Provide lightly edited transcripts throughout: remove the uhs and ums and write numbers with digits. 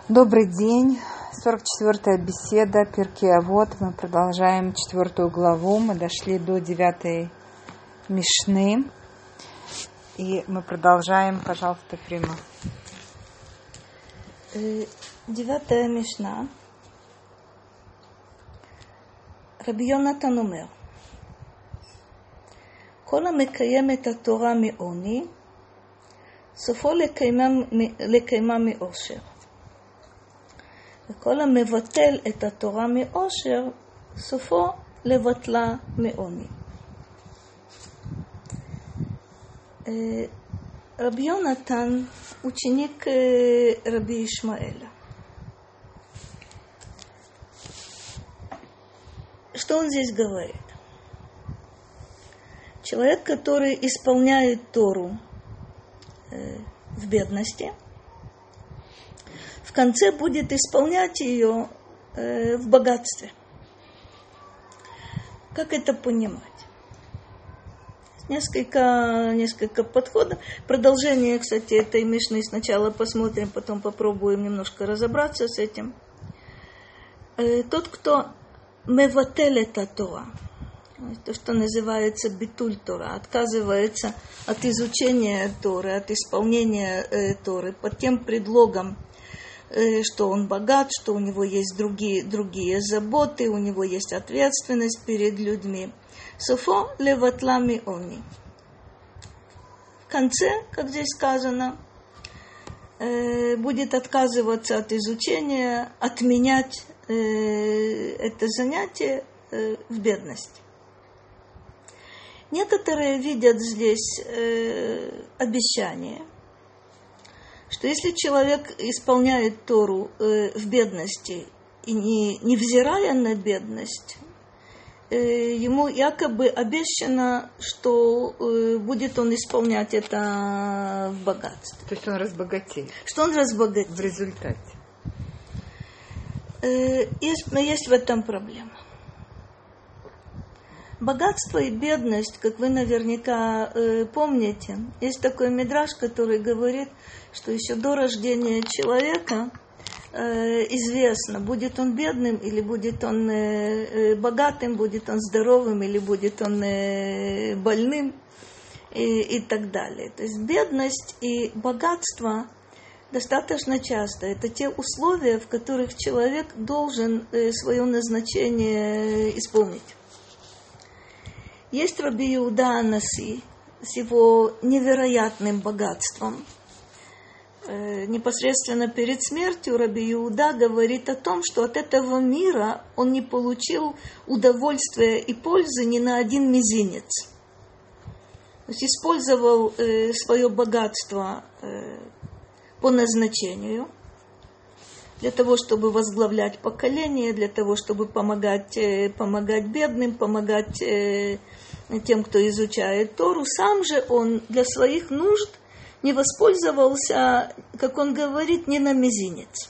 Добрый день. 44-я беседа Перкей Авот. Мы продолжаем 4 главу. Мы дошли до 9 Мишны. И мы продолжаем, пожалуйста, Прима. 9 Мишна. Раби Йонатан אומר, כל המקיים את התורה מעוני, סופו לקיימה מאושר. וכל המבטל את התורה מאושר, סופו לבטלה מעוני. רבי יונתן ученик Раби Ишмаэля. Что он здесь говорит? Человек, который исполняет Тору в бедности, в конце будет исполнять ее в богатстве. Как это понимать? Несколько подходов. Продолжение, кстати, этой Мишны сначала посмотрим, потом попробуем немножко разобраться с этим. Тот, кто мевателет Тора, то, что называется битуль Тора, отказывается от изучения Торы, от исполнения Торы под тем предлогом, что он богат, что у него есть другие заботы, у него есть ответственность перед людьми. Софо леватла миони. В конце, как здесь сказано, будет отказываться от изучения, отменять это занятие в бедности. Некоторые видят здесь обещание, что если человек исполняет Тору в бедности и не взирая на бедность, ему якобы обещано, что будет он исполнять это в богатстве. То есть он разбогатеет. Что он разбогатеет. В результате. Есть в этом проблема. Богатство и бедность, как вы наверняка помните, есть такой мидраш, который говорит, что еще до рождения человека известно, будет он бедным или будет он богатым, будет он здоровым или будет он больным и так далее. То есть бедность и богатство достаточно часто. Это те условия, в которых человек должен свое назначение исполнить. Есть Раби Иуда ан-Наси с его невероятным богатством. Непосредственно перед смертью Раби Иуда говорит о том, что от этого мира он не получил удовольствия и пользы ни на один мизинец. То есть использовал свое богатство по назначению, для того, чтобы возглавлять поколение, для того, чтобы помогать бедным, помогать тем, кто изучает Тору. Сам же он для своих нужд не воспользовался, как он говорит, ни на мизинец.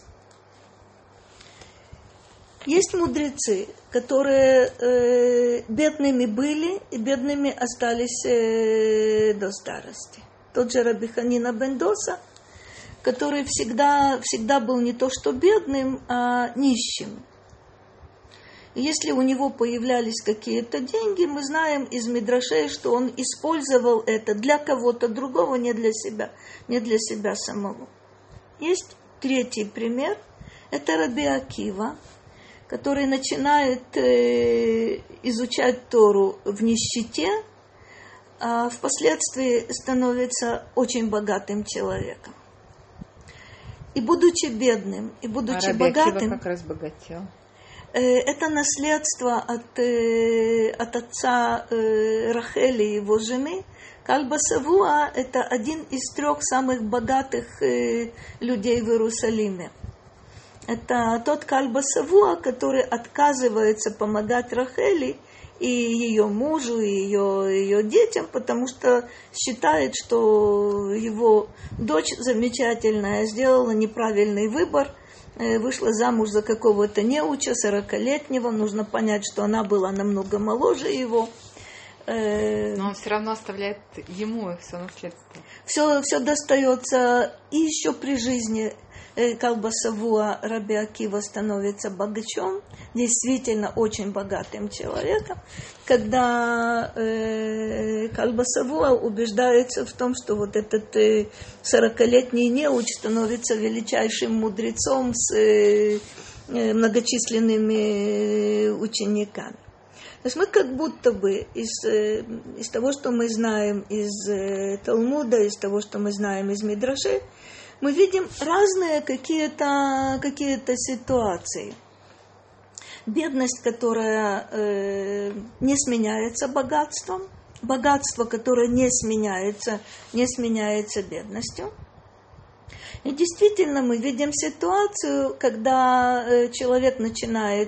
Есть мудрецы, которые бедными были и бедными остались до старости. Тот же Раби Ханина бен Доса, который всегда был не то что бедным, а нищим. И если у него появлялись какие-то деньги, мы знаем из мидрашей, что он использовал это для кого-то другого, не для себя самого. Есть третий пример. Это Раби Акива, который начинает изучать Тору в нищете, а впоследствии становится очень богатым человеком. И будучи бедным, и будучи богатым... Раби Акива как разбогател? Это наследство от отца Рахели, его жены. Кальба Савуа – это один из 3 самых богатых людей в Иерусалиме. Это тот Кальба Савуа, который отказывается помогать Рахели и ее мужу, и ее детям, потому что считает, что его дочь замечательная сделала неправильный выбор, вышла замуж за какого-то неуча, 40-летнего. Нужно понять, что она была намного моложе его. Но он все равно оставляет ему все наследство. Все достается. И еще при жизни Калба Савуа Раби Акива становится богачом, действительно очень богатым человеком, когда Калба Савуа убеждается в том, что вот этот 40-летний неуч становится величайшим мудрецом с многочисленными учениками. То есть мы как будто бы из того, что мы знаем из Талмуда, из того, что мы знаем из Мидрашей, мы видим разные какие-то ситуации. Бедность, которая не сменяется богатством, богатство, которое не сменяется бедностью. И действительно мы видим ситуацию, когда человек начинает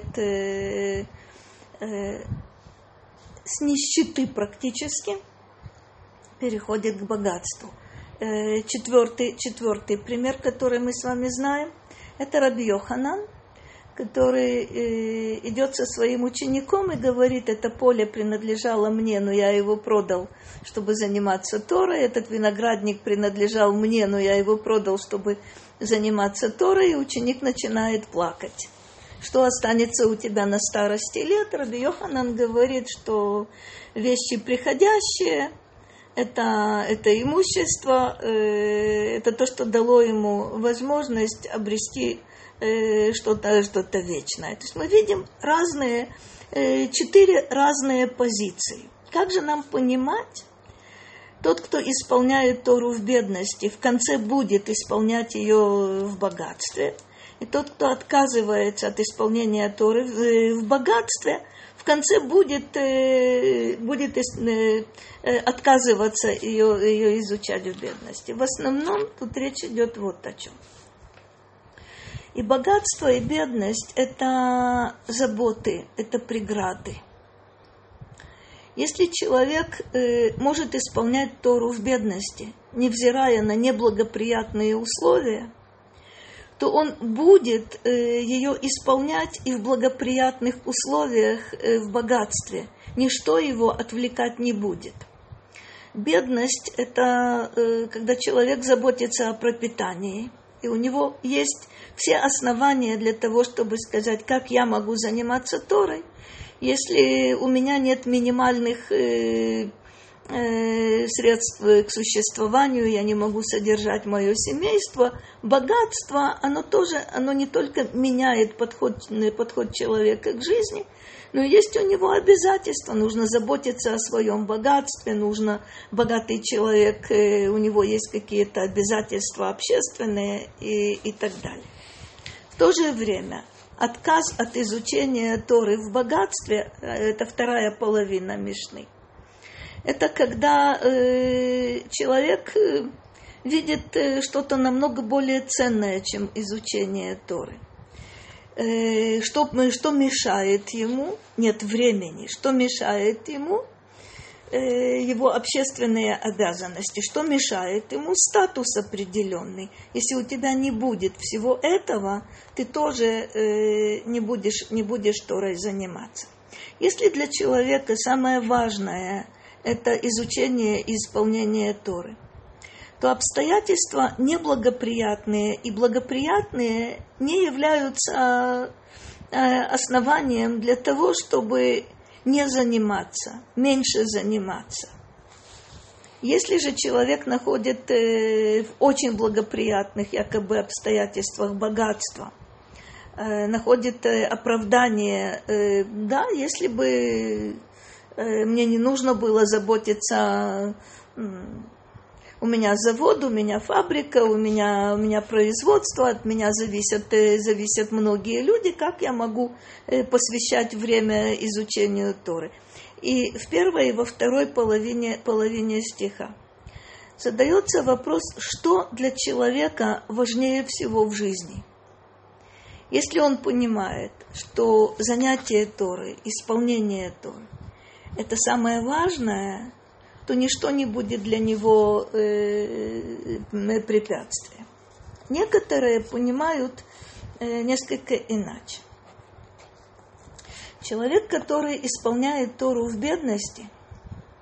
с нищеты практически переходит к богатству. Четвертый пример, который мы с вами знаем, это Раби Йоханан, который идет со своим учеником и говорит: это поле принадлежало мне, но я его продал, чтобы заниматься Торой. Этот виноградник принадлежал мне, но я его продал, чтобы заниматься Торой. И ученик начинает плакать. Что останется у тебя на старости лет? Раби Йоханан говорит, что вещи приходящие, это имущество, это то, что дало ему возможность обрести что-то вечное. То есть мы видим 4 разные позиции. Как же нам понимать? Тот, кто исполняет Тору в бедности, в конце будет исполнять ее в богатстве. И тот, кто отказывается от исполнения Торы в богатстве, в конце будет отказываться ее изучать в бедности. В основном тут речь идет вот о чем. И богатство, и бедность – это заботы, это преграды. Если человек может исполнять Тору в бедности, невзирая на неблагоприятные условия, то он будет ее исполнять и в благоприятных условиях в богатстве. Ничто его отвлекать не будет. Бедность – это когда человек заботится о пропитании, и у него есть все основания для того, чтобы сказать, как я могу заниматься Торой, если у меня нет минимальных средств к существованию, я не могу содержать мое семейство. Богатство, оно не только меняет подход человека к жизни, но есть у него обязательства. Нужно заботиться о своем богатстве, богатый человек, у него есть какие-то обязательства общественные и так далее. В то же время отказ от изучения Торы в богатстве, это вторая половина Мишны. Это когда человек видит что-то намного более ценное, чем изучение Торы. Что мешает ему? Нет времени. Что мешает ему? Его общественные обязанности. Что мешает ему? Статус определенный. Если у тебя не будет всего этого, ты тоже не будешь Торой заниматься. Если для человека самое важное – это изучение и исполнение Торы, то обстоятельства неблагоприятные и благоприятные не являются основанием для того, чтобы не заниматься, меньше заниматься. Если же человек находит в очень благоприятных якобы обстоятельствах богатства, находит оправдание, да, если бы мне не нужно было заботиться, у меня завод, у меня фабрика, у меня производство, от меня зависят многие люди, как я могу посвящать время изучению Торы. И в первой и во второй половине стиха задается вопрос, что для человека важнее всего в жизни. Если он понимает, что занятие Торы, исполнение Торы – это самое важное, то ничто не будет для него препятствием. Некоторые понимают несколько иначе. Человек, который исполняет Тору в бедности,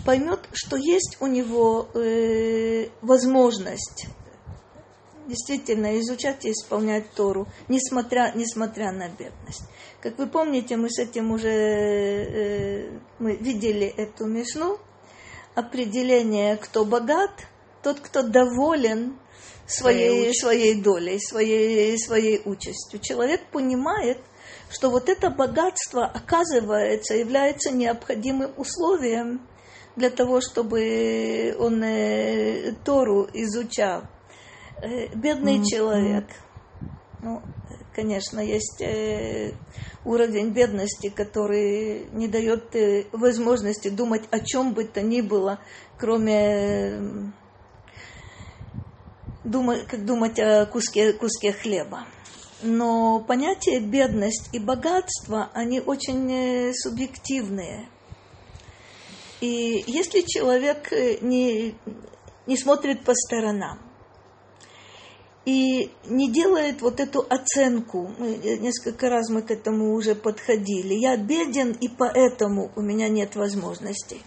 поймет, что есть у него возможность действительно изучать и исполнять Тору, несмотря на бедность. Как вы помните, мы с этим уже мы видели эту мишну. Определение, кто богат, тот, кто доволен своей долей, своей участью. Человек понимает, что вот это богатство, оказывается, является необходимым условием для того, чтобы он Тору изучал. Бедный человек, конечно, есть уровень бедности, который не дает возможности думать о чем бы то ни было, кроме думать о куске хлеба. Но понятие бедность и богатство, они очень субъективные. И если человек не смотрит по сторонам, и не делает вот эту оценку, несколько раз мы к этому уже подходили, я беден, и поэтому у меня нет возможностей.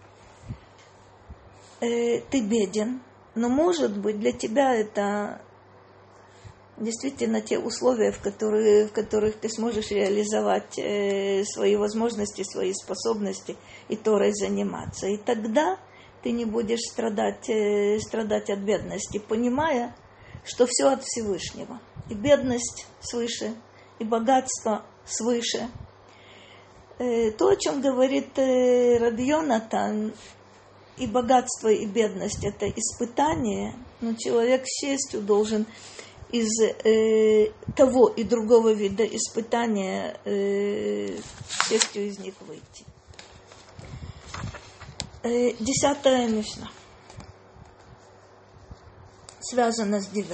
Ты беден, но, может быть, для тебя это действительно те условия, в которых ты сможешь реализовать свои возможности, свои способности и Торой заниматься. И тогда ты не будешь страдать от бедности, понимая, что все от Всевышнего. И бедность свыше, и богатство свыше. То, о чем говорит Раби Йонатан, и богатство, и бедность – это испытание, но человек с честью должен из того и другого вида испытания с честью из них выйти. 10-я мишна связана с 9-й.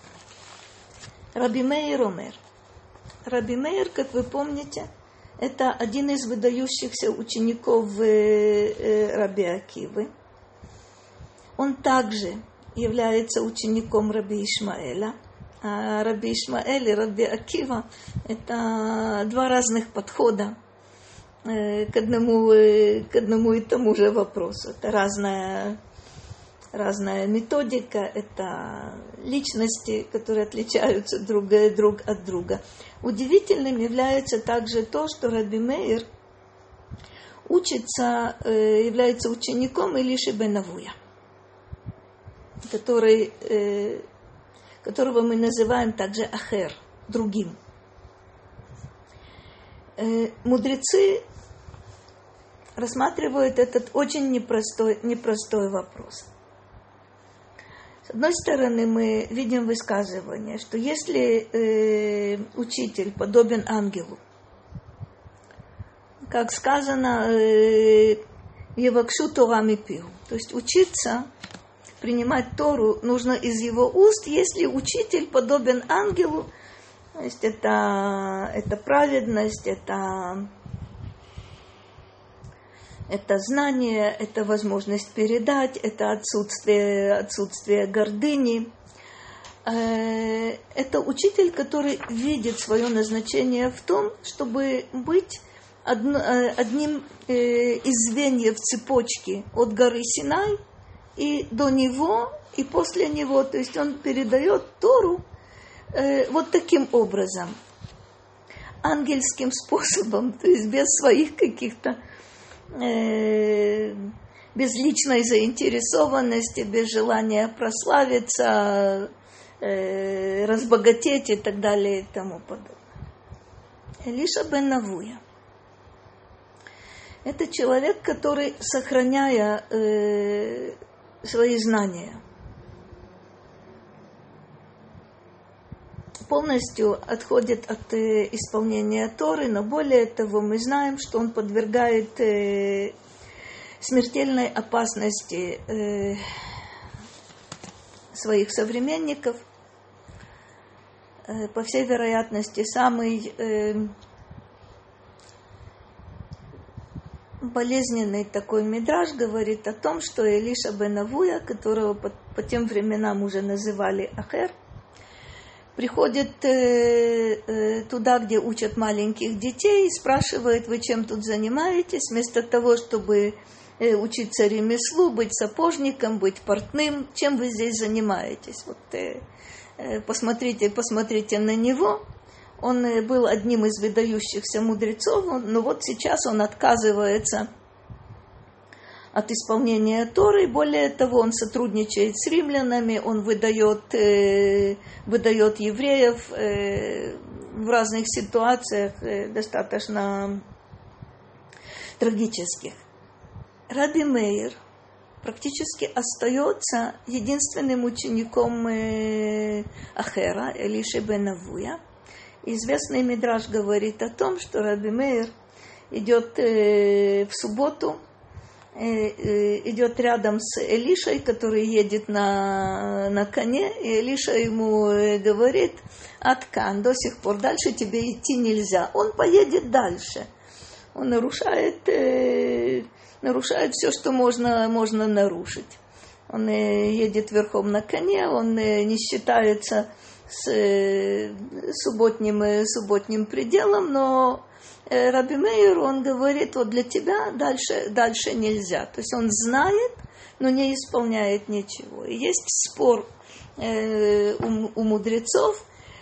Раби Меир омер. Раби Меир, как вы помните, это один из выдающихся учеников Раби Акивы. Он также является учеником Раби Ишмаэля. А Раби Ишмаэль и Раби Акива – это два разных подхода к одному и тому же вопросу. Это разная методика, это личности, которые отличаются друг от друга. Удивительным является также то, что Раби Меир является учеником Илиши бен Авуя, которого мы называем также Ахер, другим. Мудрецы рассматривают этот очень непростой вопрос. С одной стороны, мы видим высказывание, что если учитель подобен ангелу, как сказано, «Евакшу Тора мипиру», то есть учиться, принимать Тору нужно из его уст, если учитель подобен ангелу, то есть это праведность, это знание, это возможность передать, это отсутствие гордыни. Это учитель, который видит свое назначение в том, чтобы быть одним из звеньев цепочки от горы Синай и до него, и после него. То есть он передает Тору вот таким образом, ангельским способом, то есть без своих каких-то без личной заинтересованности, без желания прославиться, разбогатеть и так далее и тому подобное. Илиша бен Авуя – это человек, который, сохраняя свои знания, полностью отходит от исполнения Торы, но более того, мы знаем, что он подвергает смертельной опасности своих современников. По всей вероятности, самый болезненный такой мидраш говорит о том, что Илиша бен Авуя, которого по тем временам уже называли Ахер, приходит туда, где учат маленьких детей, и спрашивает: вы чем тут занимаетесь? Вместо того, чтобы учиться ремеслу, быть сапожником, быть портным. Чем вы здесь занимаетесь? Вот посмотрите на него. Он был одним из выдающихся мудрецов, но вот сейчас он отказывается от исполнения Торы. Более того, он сотрудничает с римлянами, он выдает евреев в разных ситуациях достаточно трагических. Раби Меир практически остается единственным учеником Ахера, Элиши бен Авуя. Известный мидраш говорит о том, что Раби Меир идет в субботу, идет рядом с Элишей, который едет на коне, и Элиша ему говорит: «Аткан, до сих пор, дальше тебе идти нельзя». Он поедет дальше. Он нарушает все, что можно нарушить. Он едет верхом на коне, он не считается с субботним пределом, но Раби Меир, он говорит: вот для тебя дальше нельзя. То есть он знает, но не исполняет ничего. И есть спор у мудрецов,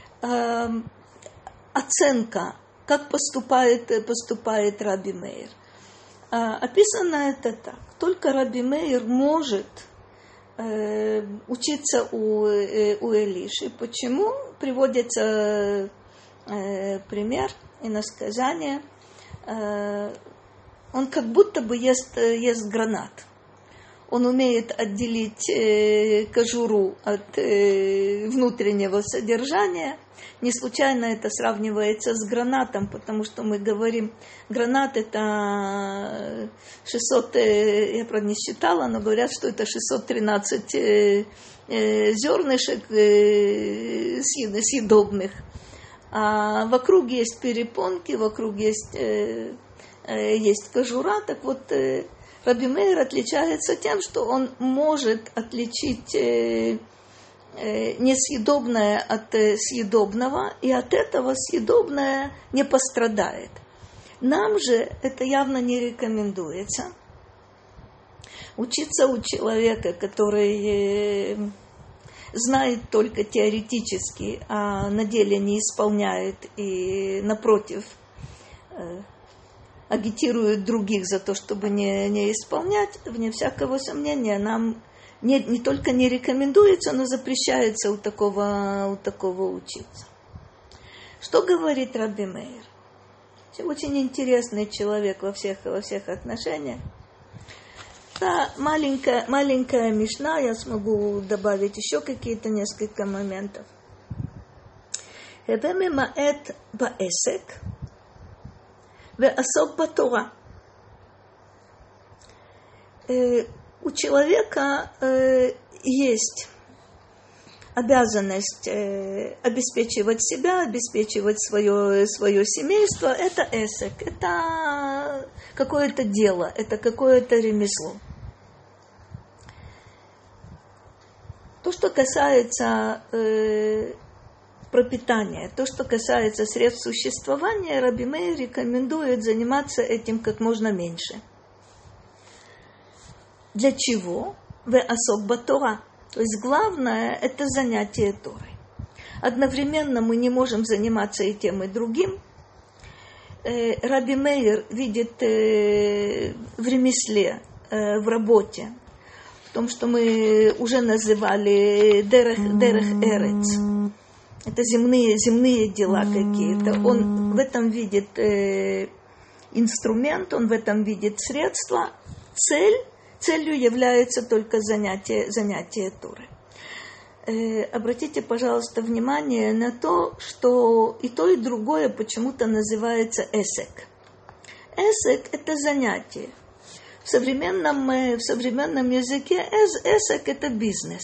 оценка, как поступает Раби Меир. Описано это так. Только Раби Меир может учиться у Элиши. Почему? Приводится пример, иносказание. Он как будто бы ест гранат. Он умеет отделить кожуру от внутреннего содержания. Не случайно это сравнивается с гранатом, потому что мы говорим, гранат это 600, я правда не считала, но говорят, что это 613 зернышек съедобных. А вокруг есть перепонки, вокруг есть кожура. Так вот, Раби Меир отличается тем, что он может отличить несъедобное от съедобного, и от этого съедобное не пострадает. Нам же это явно не рекомендуется. Учиться у человека, который знает только теоретически, а на деле не исполняет и, напротив, агитирует других за то, чтобы не исполнять, вне всякого сомнения, нам не только не рекомендуется, но запрещается у такого учиться. Что говорит Раби Меир? Очень интересный человек во всех отношениях. Да, маленькая мишна, я смогу добавить еще какие-то несколько моментов. Хеве мемаэт баэсек веасок батора. У человека есть обязанность обеспечивать себя, обеспечивать свое семейство. Это эсек, это какое-то дело, это какое-то ремесло. То, что касается пропитания, то, что касается средств существования, Раби Меир рекомендует заниматься этим как можно меньше. Для чего? Веасок батора. То есть главное – это занятие Торой. Одновременно мы не можем заниматься и тем, и другим. Раби Меир видит в ремесле, в работе, в том, что мы уже называли дерех эрец. Это земные дела какие-то. Он в этом видит инструмент, он в этом видит средства. Целью является только занятие Торы. Обратите, пожалуйста, внимание на то, что и то, и другое почему-то называется эсек. Эсек – это занятие. В современном языке эсек – это бизнес.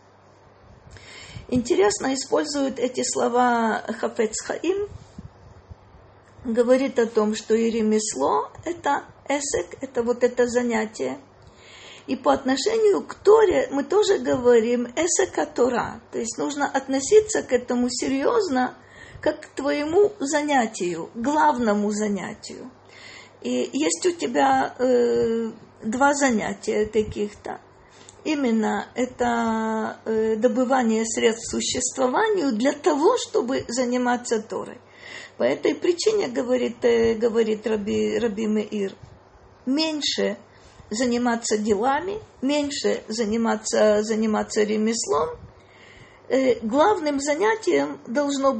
Интересно, используют эти слова Хафец Хаим, говорит о том, что и ремесло – это эсек, это вот это занятие. И по отношению к Торе мы тоже говорим эсека Тора. То есть нужно относиться к этому серьезно, как к твоему занятию, главному занятию. И есть у тебя два занятия каких-то. Именно это добывание средств к существованию для того, чтобы заниматься Торой. По этой причине, говорит Раби Меир, меньше заниматься делами, меньше заниматься ремеслом. Главным занятием должна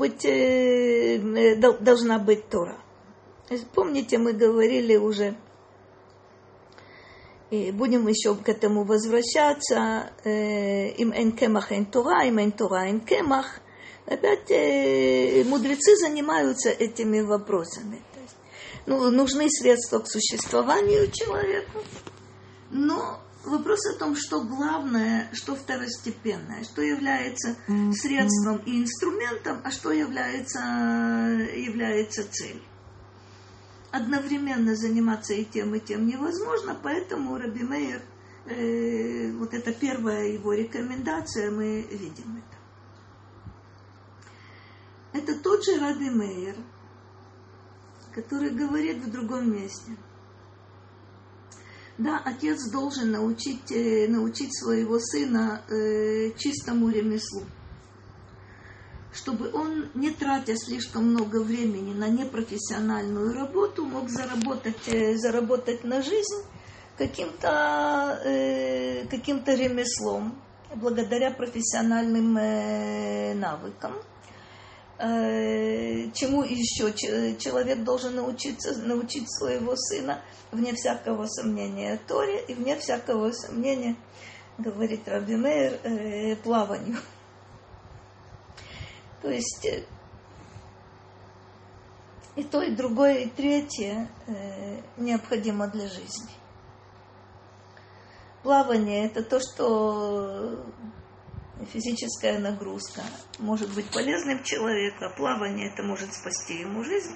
быть Тора. Помните, мы говорили уже, и будем еще к этому возвращаться, им эн кемах эн Тора, им эн Тора эн кемах. Опять мудрецы занимаются этими вопросами. То есть, нужны средства к существованию человеку, но вопрос о том, что главное, что второстепенное, что является средством и инструментом, а что является целью. Одновременно заниматься и тем невозможно, поэтому Раби Меир, вот это первая его рекомендация, мы видим это. Это тот же Раби Меир, который говорит в другом месте. Да, отец должен научить своего сына чистому ремеслу, чтобы он, не тратя слишком много времени на непрофессиональную работу, мог заработать на жизнь каким-то ремеслом, благодаря профессиональным навыкам. Чему еще человек должен научить своего сына, вне всякого сомнения, Торе, и вне всякого сомнения, говорит Раби Меир, плаванию. То есть и то, и другое, и третье необходимо для жизни. Плавание – это то, что физическая нагрузка может быть полезным человеку, а плавание это может спасти ему жизнь.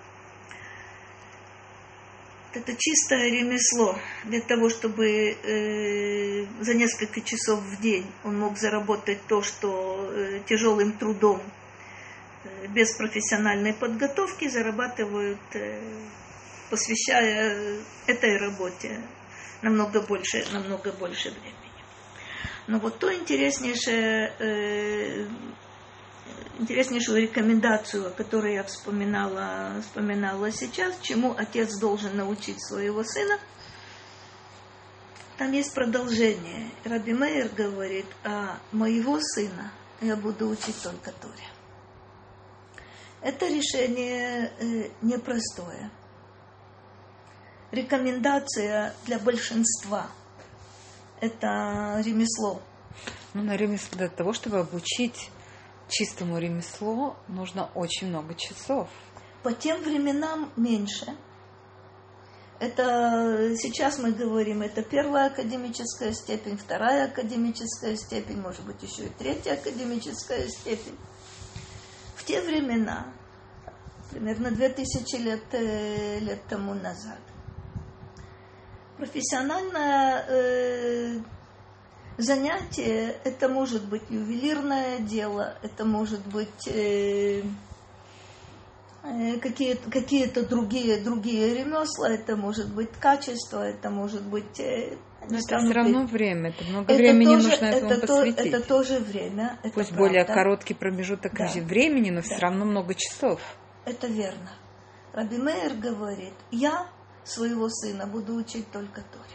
Это чистое ремесло для того, чтобы за несколько часов в день он мог заработать то, что тяжелым трудом, без профессиональной подготовки зарабатывают, посвящая этой работе намного больше времени. Но вот ту интереснейшую рекомендацию, о которой я вспоминала сейчас, чему отец должен научить своего сына, там есть продолжение. Раби Меир говорит, а моего сына я буду учить только Торе. Это решение непростое. Рекомендация для большинства – это ремесло. На ремесло, для того, чтобы обучить чистому ремеслу, нужно очень много часов. По тем временам меньше. Это сейчас мы говорим, это первая академическая степень, вторая академическая степень, может быть, еще и третья академическая степень. В те времена, примерно 2000 лет тому назад, профессиональное занятие, это может быть ювелирное дело, это может быть какие-то другие ремесла, это может быть качество, это может быть... Это все равно время, это много времени нужно этому посвятить. Это тоже время. Пусть более короткий промежуток времени, но все равно много часов. Это верно. Раби Меир говорит, я своего сына буду учить только Торе.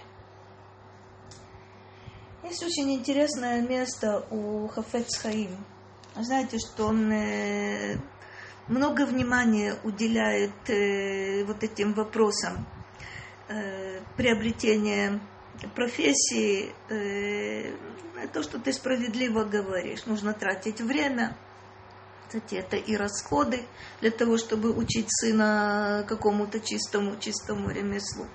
Есть очень интересное место у Хафец Хаим. Знаете, что он много внимания уделяет вот этим вопросам приобретения профессии. То, что ты справедливо говоришь, нужно тратить время. Кстати, это и расходы для того, чтобы учить сына какому-то чистому ремеслу.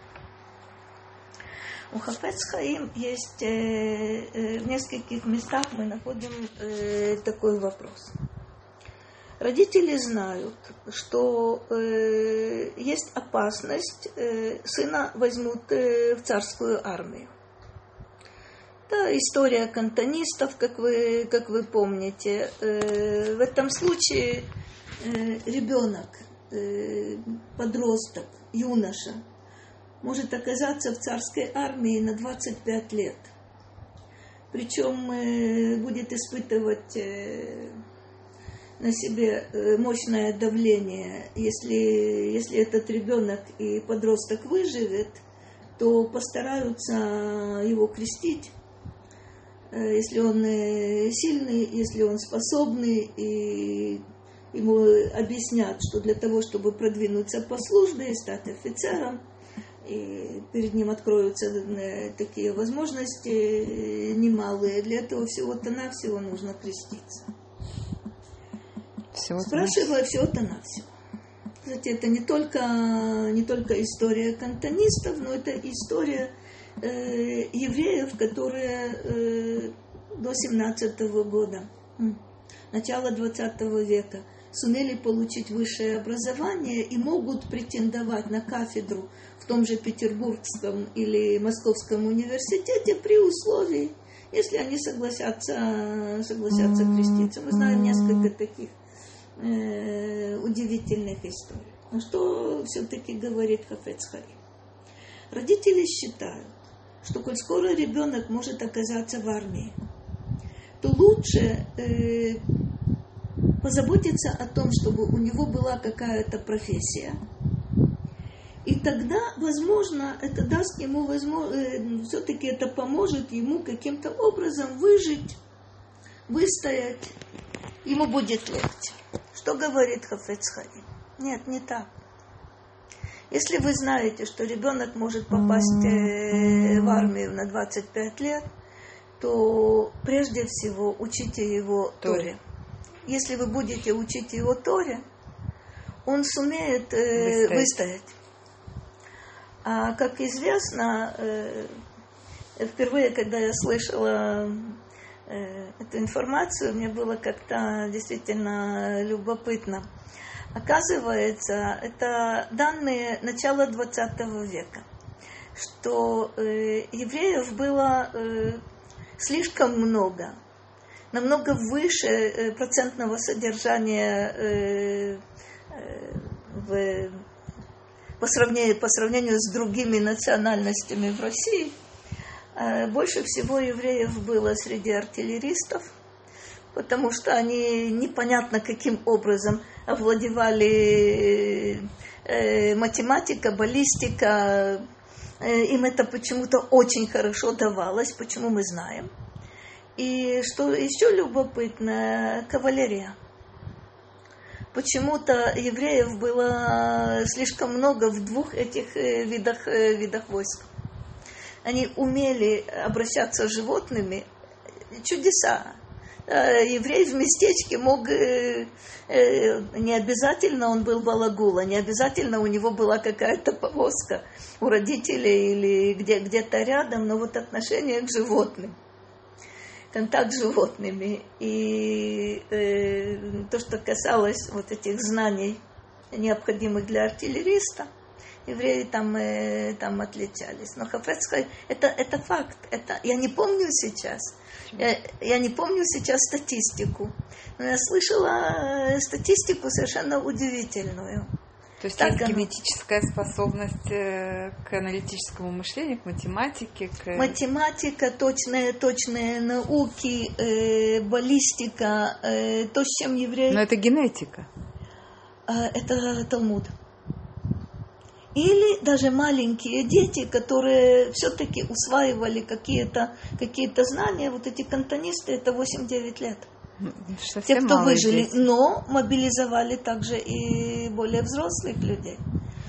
У Хафец Хаим есть в нескольких местах мы находим такой вопрос. Родители знают, что есть опасность, сына возьмут в царскую армию. Это история кантонистов, как вы помните. В этом случае ребенок, подросток, юноша, может оказаться в царской армии на 25 лет. Причем будет испытывать на себе мощное давление. Если этот ребенок и подросток выживет, то постараются его крестить. Если он сильный, если он способный, и ему объяснят, что для того, чтобы продвинуться по службе и стать офицером, и перед ним откроются такие возможности немалые. Для этого всего-то-навсего нужно креститься. Спрашивая всего-то-навсего. Кстати, это не только история кантонистов, но это история евреев, которые до 17 года, начала 20 века, сумели получить высшее образование и могут претендовать на кафедру в том же Петербургском или Московском университете при условии, если они согласятся креститься. Мы знаем несколько таких удивительных историй. Но что все-таки говорит Хафец Хаим? Родители считают, что коль скоро ребенок может оказаться в армии, то лучше позаботиться о том, чтобы у него была какая-то профессия. И тогда, возможно, это даст ему возможность, все-таки это поможет ему каким-то образом выжить, выстоять. Ему будет легче. Что говорит Хафец Хаим? Нет, не так. Если вы знаете, что ребенок может попасть в армию на 25 лет, то прежде всего учите его Торе. Если вы будете учить его Торе, он сумеет выстоять. А как известно, впервые, когда я слышала эту информацию, мне было как-то действительно любопытно. Оказывается, это данные начала 20 века, что евреев было слишком много, намного выше процентного содержания по сравнению с другими национальностями в России. Больше всего евреев было среди артиллеристов, потому что они непонятно каким образом овладевали математика, баллистика. Им это почему-то очень хорошо давалось, почему мы знаем. И что еще любопытно, кавалерия. Почему-то евреев было слишком много в двух этих видах войск. Они умели обращаться с животными. Чудеса. Еврей в местечке мог, не обязательно он был балагула, не обязательно у него была какая-то повозка у родителей или где-то рядом, но вот отношение к животным, контакт с животными. И то, что касалось вот этих знаний, необходимых для артиллериста, евреи там отличались. Но Хафец Хаим, это факт. Я не помню сейчас. Я не помню сейчас статистику, но я слышала статистику совершенно удивительную. То есть есть генетическая способность к аналитическому мышлению, к математике? Математика, точные науки, баллистика, то, с чем евреи... Но это генетика. Это Талмуд. Или даже маленькие дети, которые все-таки усваивали какие-то знания, вот эти кантонисты, это 8-9 лет. Те, кто выжили, дети. Но мобилизовали также и более взрослых людей.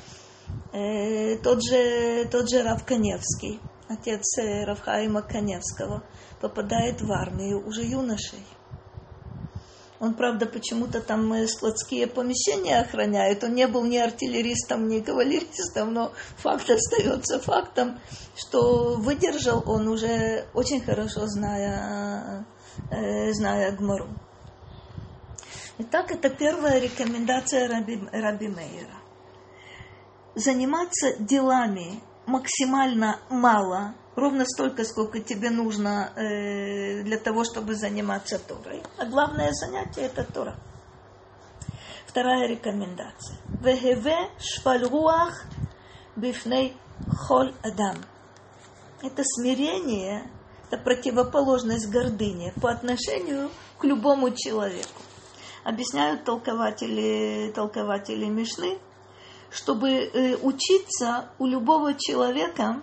Тот же Рав Каневский, отец Рав Хаима Каневского, попадает в армию уже юношей. Он, правда, почему-то там складские помещения охраняет. Он не был ни артиллеристом, ни кавалеристом, но факт остается фактом, что выдержал он уже очень хорошо, зная Гмару. Итак, это первая рекомендация Раби Меира. Заниматься делами максимально мало, ровно столько, сколько тебе нужно для того, чтобы заниматься Торой. А главное занятие – это Тора. Вторая рекомендация. Вехеве шфаль руах бифней холь адам. Это смирение, это противоположность гордыни по отношению к любому человеку. Объясняют толкователи Мишны, чтобы учиться у любого человека,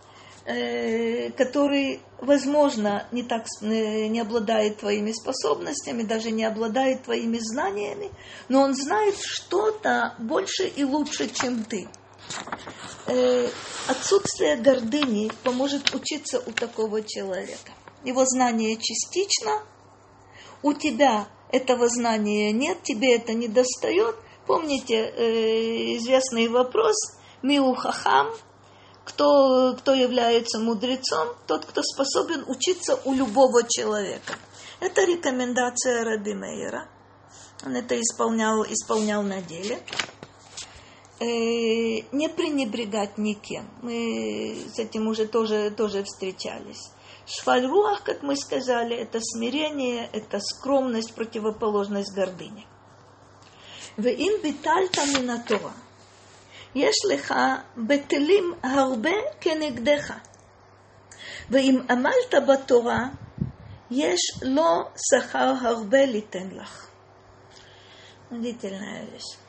который, возможно, не обладает твоими способностями, даже не обладает твоими знаниями, но он знает что-то больше и лучше, чем ты. Отсутствие гордыни поможет учиться у такого человека. Его знание частично, у тебя этого знания нет, тебе это не достает. Помните известный вопрос «Миу хахам», кто является мудрецом? Тот, кто способен учиться у любого человека. Это рекомендация Раби Меира. Он это исполнял на деле. Не пренебрегать никем. Мы с этим уже тоже встречались. Шфаль руах, как мы сказали, это смирение, это скромность, противоположность гордыне. Веим битальта мин Тора. יש לך בטלים הרבה כנגדך. ואם עמלת בתורה, יש לו שכר הרבה ליתן לך. Удивительная вещь.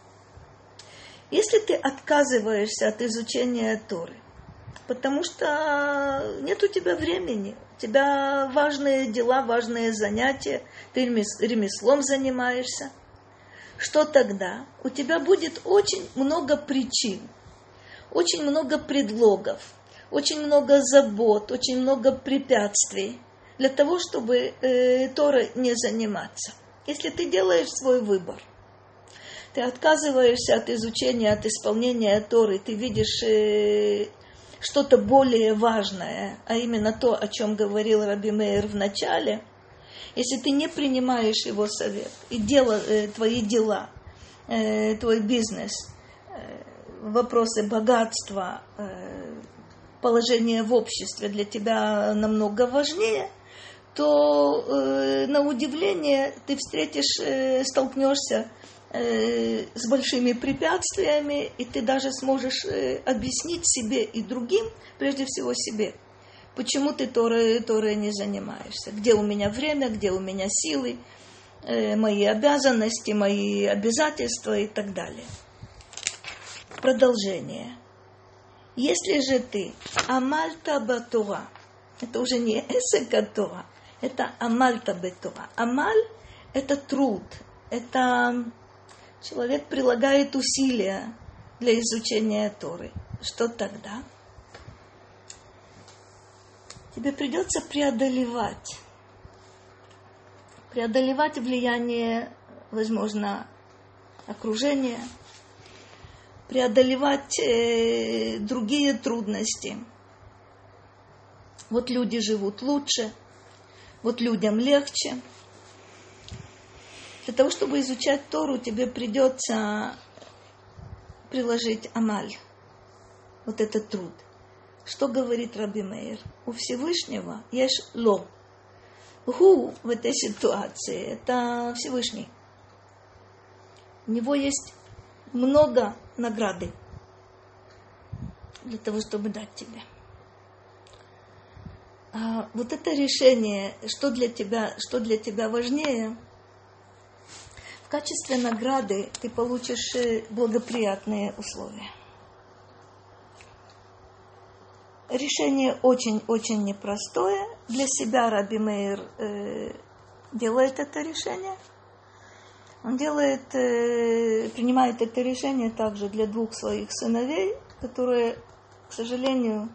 Если ты отказываешься от изучения Торы, потому что нет у тебя времени, у тебя важные дела, важные занятия, ты ремеслом занимаешься, что тогда? У тебя будет очень много причин, очень много предлогов, очень много забот, очень много препятствий для того, чтобы Торой не заниматься. Если ты делаешь свой выбор, ты отказываешься от изучения, от исполнения Торы, ты видишь что-то более важное, а именно то, о чем говорил Раби Меир в начале. Если ты не принимаешь его совет, и твои дела, твой бизнес, вопросы богатства, положение в обществе для тебя намного важнее, то на удивление ты столкнешься с большими препятствиями, и ты даже сможешь объяснить себе и другим, прежде всего себе, почему ты Торой не занимаешься? Где у меня время, где у меня силы, мои обязанности, мои обязательства и так далее. Продолжение. Если же ты амальта батура, это уже не эсека Тора, это амальта бетура. Амаль – это труд, это человек прилагает усилия для изучения Торы. Что тогда? Тебе придется преодолевать влияние, возможно, окружения, преодолевать другие трудности. Вот люди живут лучше, вот людям легче. Для того, чтобы изучать Тору, тебе придется приложить амаль, вот этот труд. Что говорит Раби Меир? У Всевышнего есть ло. Гу в этой ситуации – это Всевышний. У него есть много награды для того, чтобы дать тебе. А вот это решение, что для тебя важнее, в качестве награды ты получишь благоприятные условия. Решение очень-очень непростое. Для себя Раби Меир делает это решение. Он принимает это решение также для двух своих сыновей, которые, к сожалению,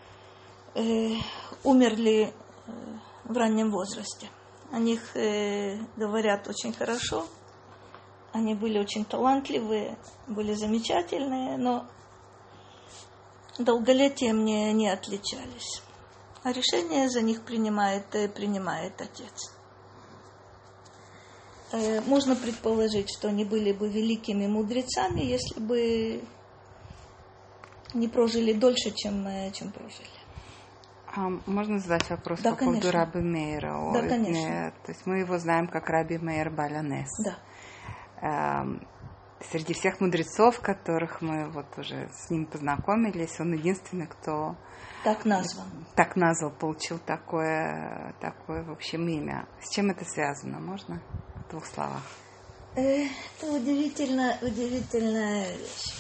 умерли в раннем возрасте. О них говорят очень хорошо. Они были очень талантливые, были замечательные, но долголетием не отличались. А решение за них принимает отец. Можно предположить, что они были бы великими мудрецами, если бы не прожили дольше, чем прожили. А можно задать вопрос по поводу Раби Меира? Да, конечно. То есть мы его знаем как Раби Меир Баль ха-Нес. Да. среди всех мудрецов, которых мы вот уже с ним познакомились, он единственный, кто так назван. Так назвал, получил такое, в общем, имя. С чем это связано? Можно в 2 словах? Это удивительная вещь.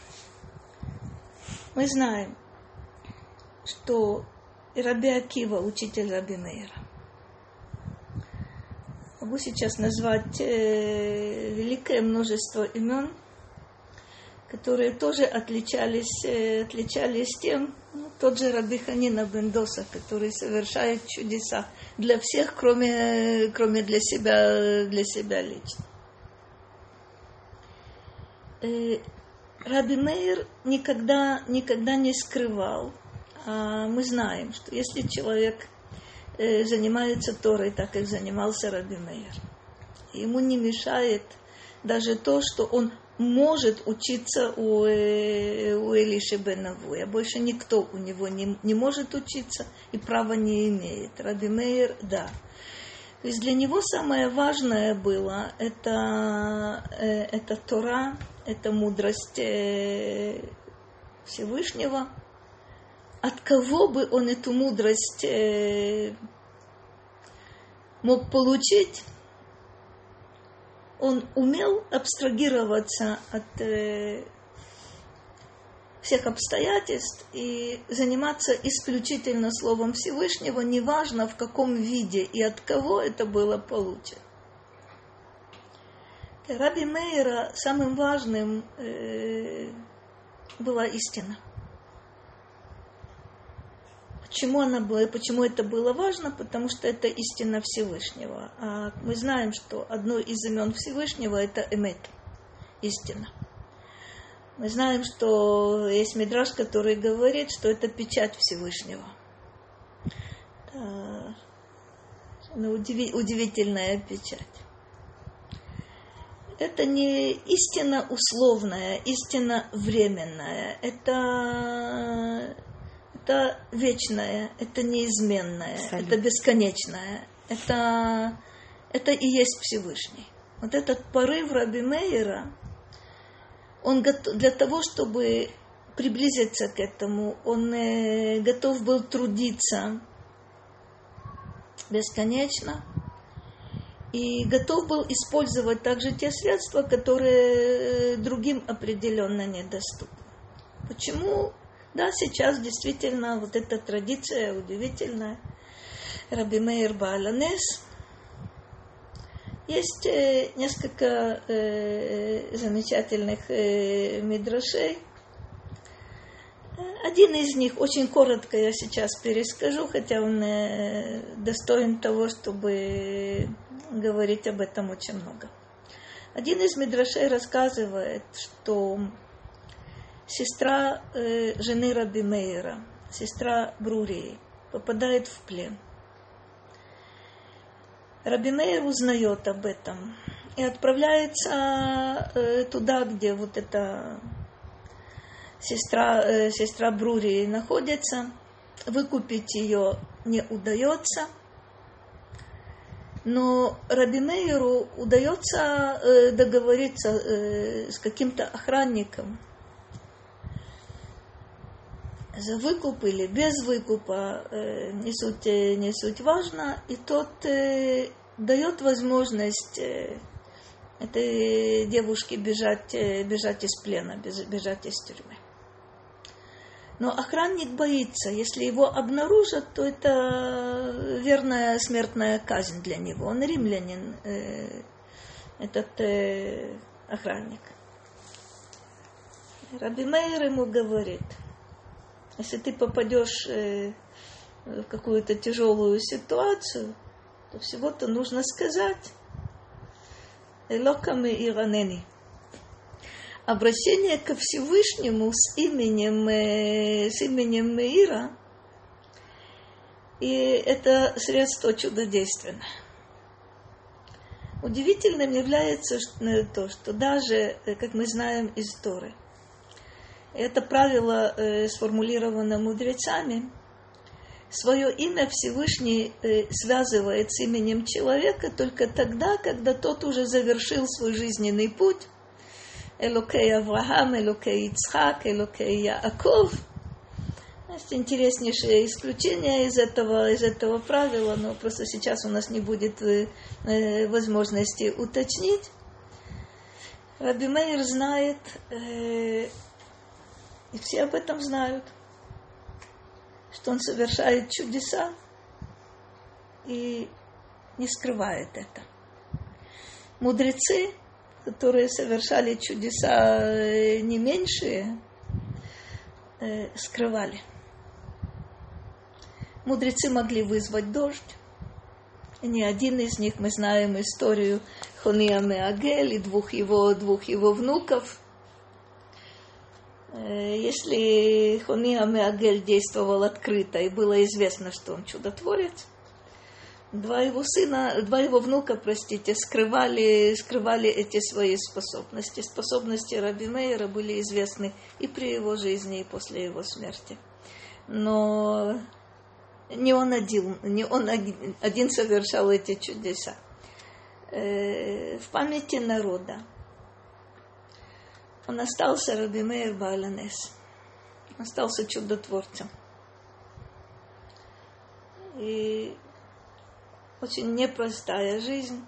Мы знаем, что Раби Акива, учитель Раби Меира, могу сейчас назвать великое множество имен, которые тоже отличались тем, тот же Раби Ханина бен Доса, который совершает чудеса для всех, кроме для себя лично. Раби Меир никогда не скрывал. Мы знаем, что если человек занимается Торой так, как занимался Раби Меир, ему не мешает даже то, что он может учиться у Элиши бен Авуя. Больше никто у него не может учиться и права не имеет. Раби Меир, да. То есть для него самое важное было это Тора, это мудрость Всевышнего. От кого бы он эту мудрость мог получить, он умел абстрагироваться от всех обстоятельств и заниматься исключительно Словом Всевышнего, неважно в каком виде и от кого это было получено. Для Раби Меира самым важным была истина. Почему это было важно? Потому что это истина Всевышнего. А мы знаем, что одно из имен Всевышнего – это Эмет, истина. Мы знаем, что есть мидраш, который говорит, что это печать Всевышнего. Это удивительная печать. Это не истина условная, истина временная. Это вечное, это неизменное, это бесконечное. Это и есть Всевышний. Вот этот порыв Раби Меира, он для того, чтобы приблизиться к этому, он готов был трудиться бесконечно и готов был использовать также те средства, которые другим определенно недоступны. Почему? Да, сейчас действительно вот эта традиция удивительная. Раби Меир Бааль ха-Нес. Есть несколько замечательных мидрашей. Один из них, очень коротко я сейчас перескажу, хотя он достоин того, чтобы говорить об этом очень много. Один из мидрашей рассказывает, что сестра жены Раби Меира, сестра Брурии, попадает в плен. Раби Меир узнает об этом и отправляется туда, где вот эта сестра Брурии находится. Выкупить ее не удается, но Раби Меиру удается договориться с каким-то охранником за выкуп или без выкупа, не суть важно, и тот дает возможность этой девушке бежать из плена, бежать из тюрьмы. Но охранник боится, если его обнаружат, то это верная смертная казнь для него. Он римлянин, этот охранник. Раби Меир ему говорит: если ты попадешь в какую-то тяжелую ситуацию, то всего-то нужно сказать «Элоками иранени». Обращение ко Всевышнему с именем Меира, и это средство чудодейственное. Удивительным является то, что даже, как мы знаем из Торы, это правило сформулировано мудрецами, свое имя Всевышний связывает с именем человека только тогда, когда тот уже завершил свой жизненный путь, Элокей Авраам, Элокей Ицхак, Элокей Яаков. Есть интереснейшее исключение из этого правила, но просто сейчас у нас не будет возможности уточнить. Раби Меир знает, и все об этом знают, что он совершает чудеса и не скрывает это. Мудрецы, которые совершали чудеса не меньшие, скрывали. Мудрецы могли вызвать дождь. И ни один из них, мы знаем историю Хония Меагель и двух его внуков. Если Хония Меагель действовал открыто и было известно, что он чудотворец, два его внука, скрывали эти свои способности. Способности Раби Меира были известны и при его жизни, и после его смерти. Но не он один совершал эти чудеса. В памяти народа он остался Раби Меир Бааль ха-Нес, остался чудотворцем. И очень непростая жизнь,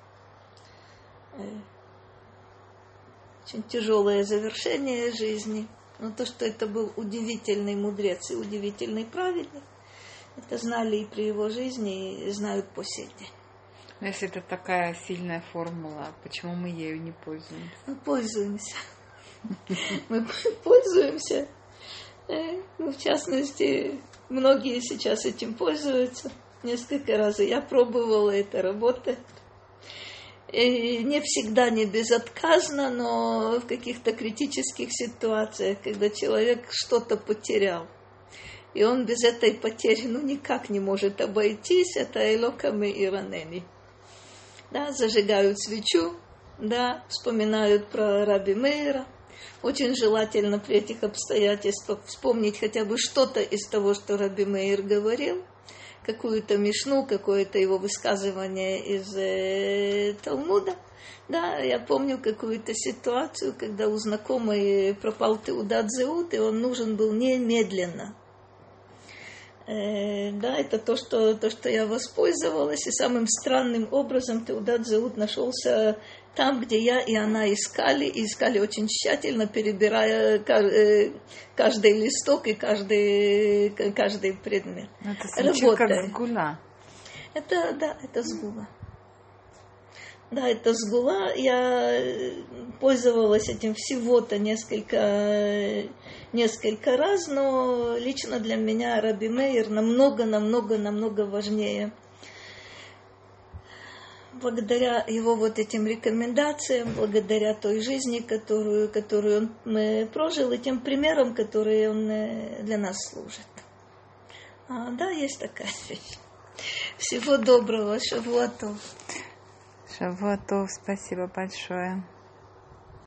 очень тяжелое завершение жизни. Но то, что это был удивительный мудрец и удивительный праведник, это знали и при его жизни, и знают по сей день. Но если это такая сильная формула, почему мы ею не пользуемся? Мы пользуемся. Мы пользуемся. В частности, многие сейчас этим пользуются. Несколько раз я пробовала, это работает. И не всегда не безотказно, но в каких-то критических ситуациях, когда человек что-то потерял, и он без этой потери никак не может обойтись, это Элока Меир Анени. Да, зажигают свечу, да, вспоминают про Раби Меира. Очень желательно при этих обстоятельствах вспомнить хотя бы что-то из того, что Раби Меир говорил, какую-то мишну, какое-то его высказывание из Талмуда. Да, я помню какую-то ситуацию, когда у знакомой пропал теудат зеут, и он нужен был немедленно. Да, это то, что я воспользовалась, и самым странным образом теудат зеут нашелся там, где я и она искали очень тщательно, перебирая каждый листок и каждый предмет. Это звучит как сгула. Это сгула. Да, это сгула. Я пользовалась этим всего-то несколько раз, но лично для меня Раби Меир намного важнее. Благодаря его вот этим рекомендациям, благодаря той жизни, которую он прожил, и тем примерам, которые он для нас служит. Да, есть такая вещь. Всего доброго, шавуа тов. Шавуа тов, спасибо большое.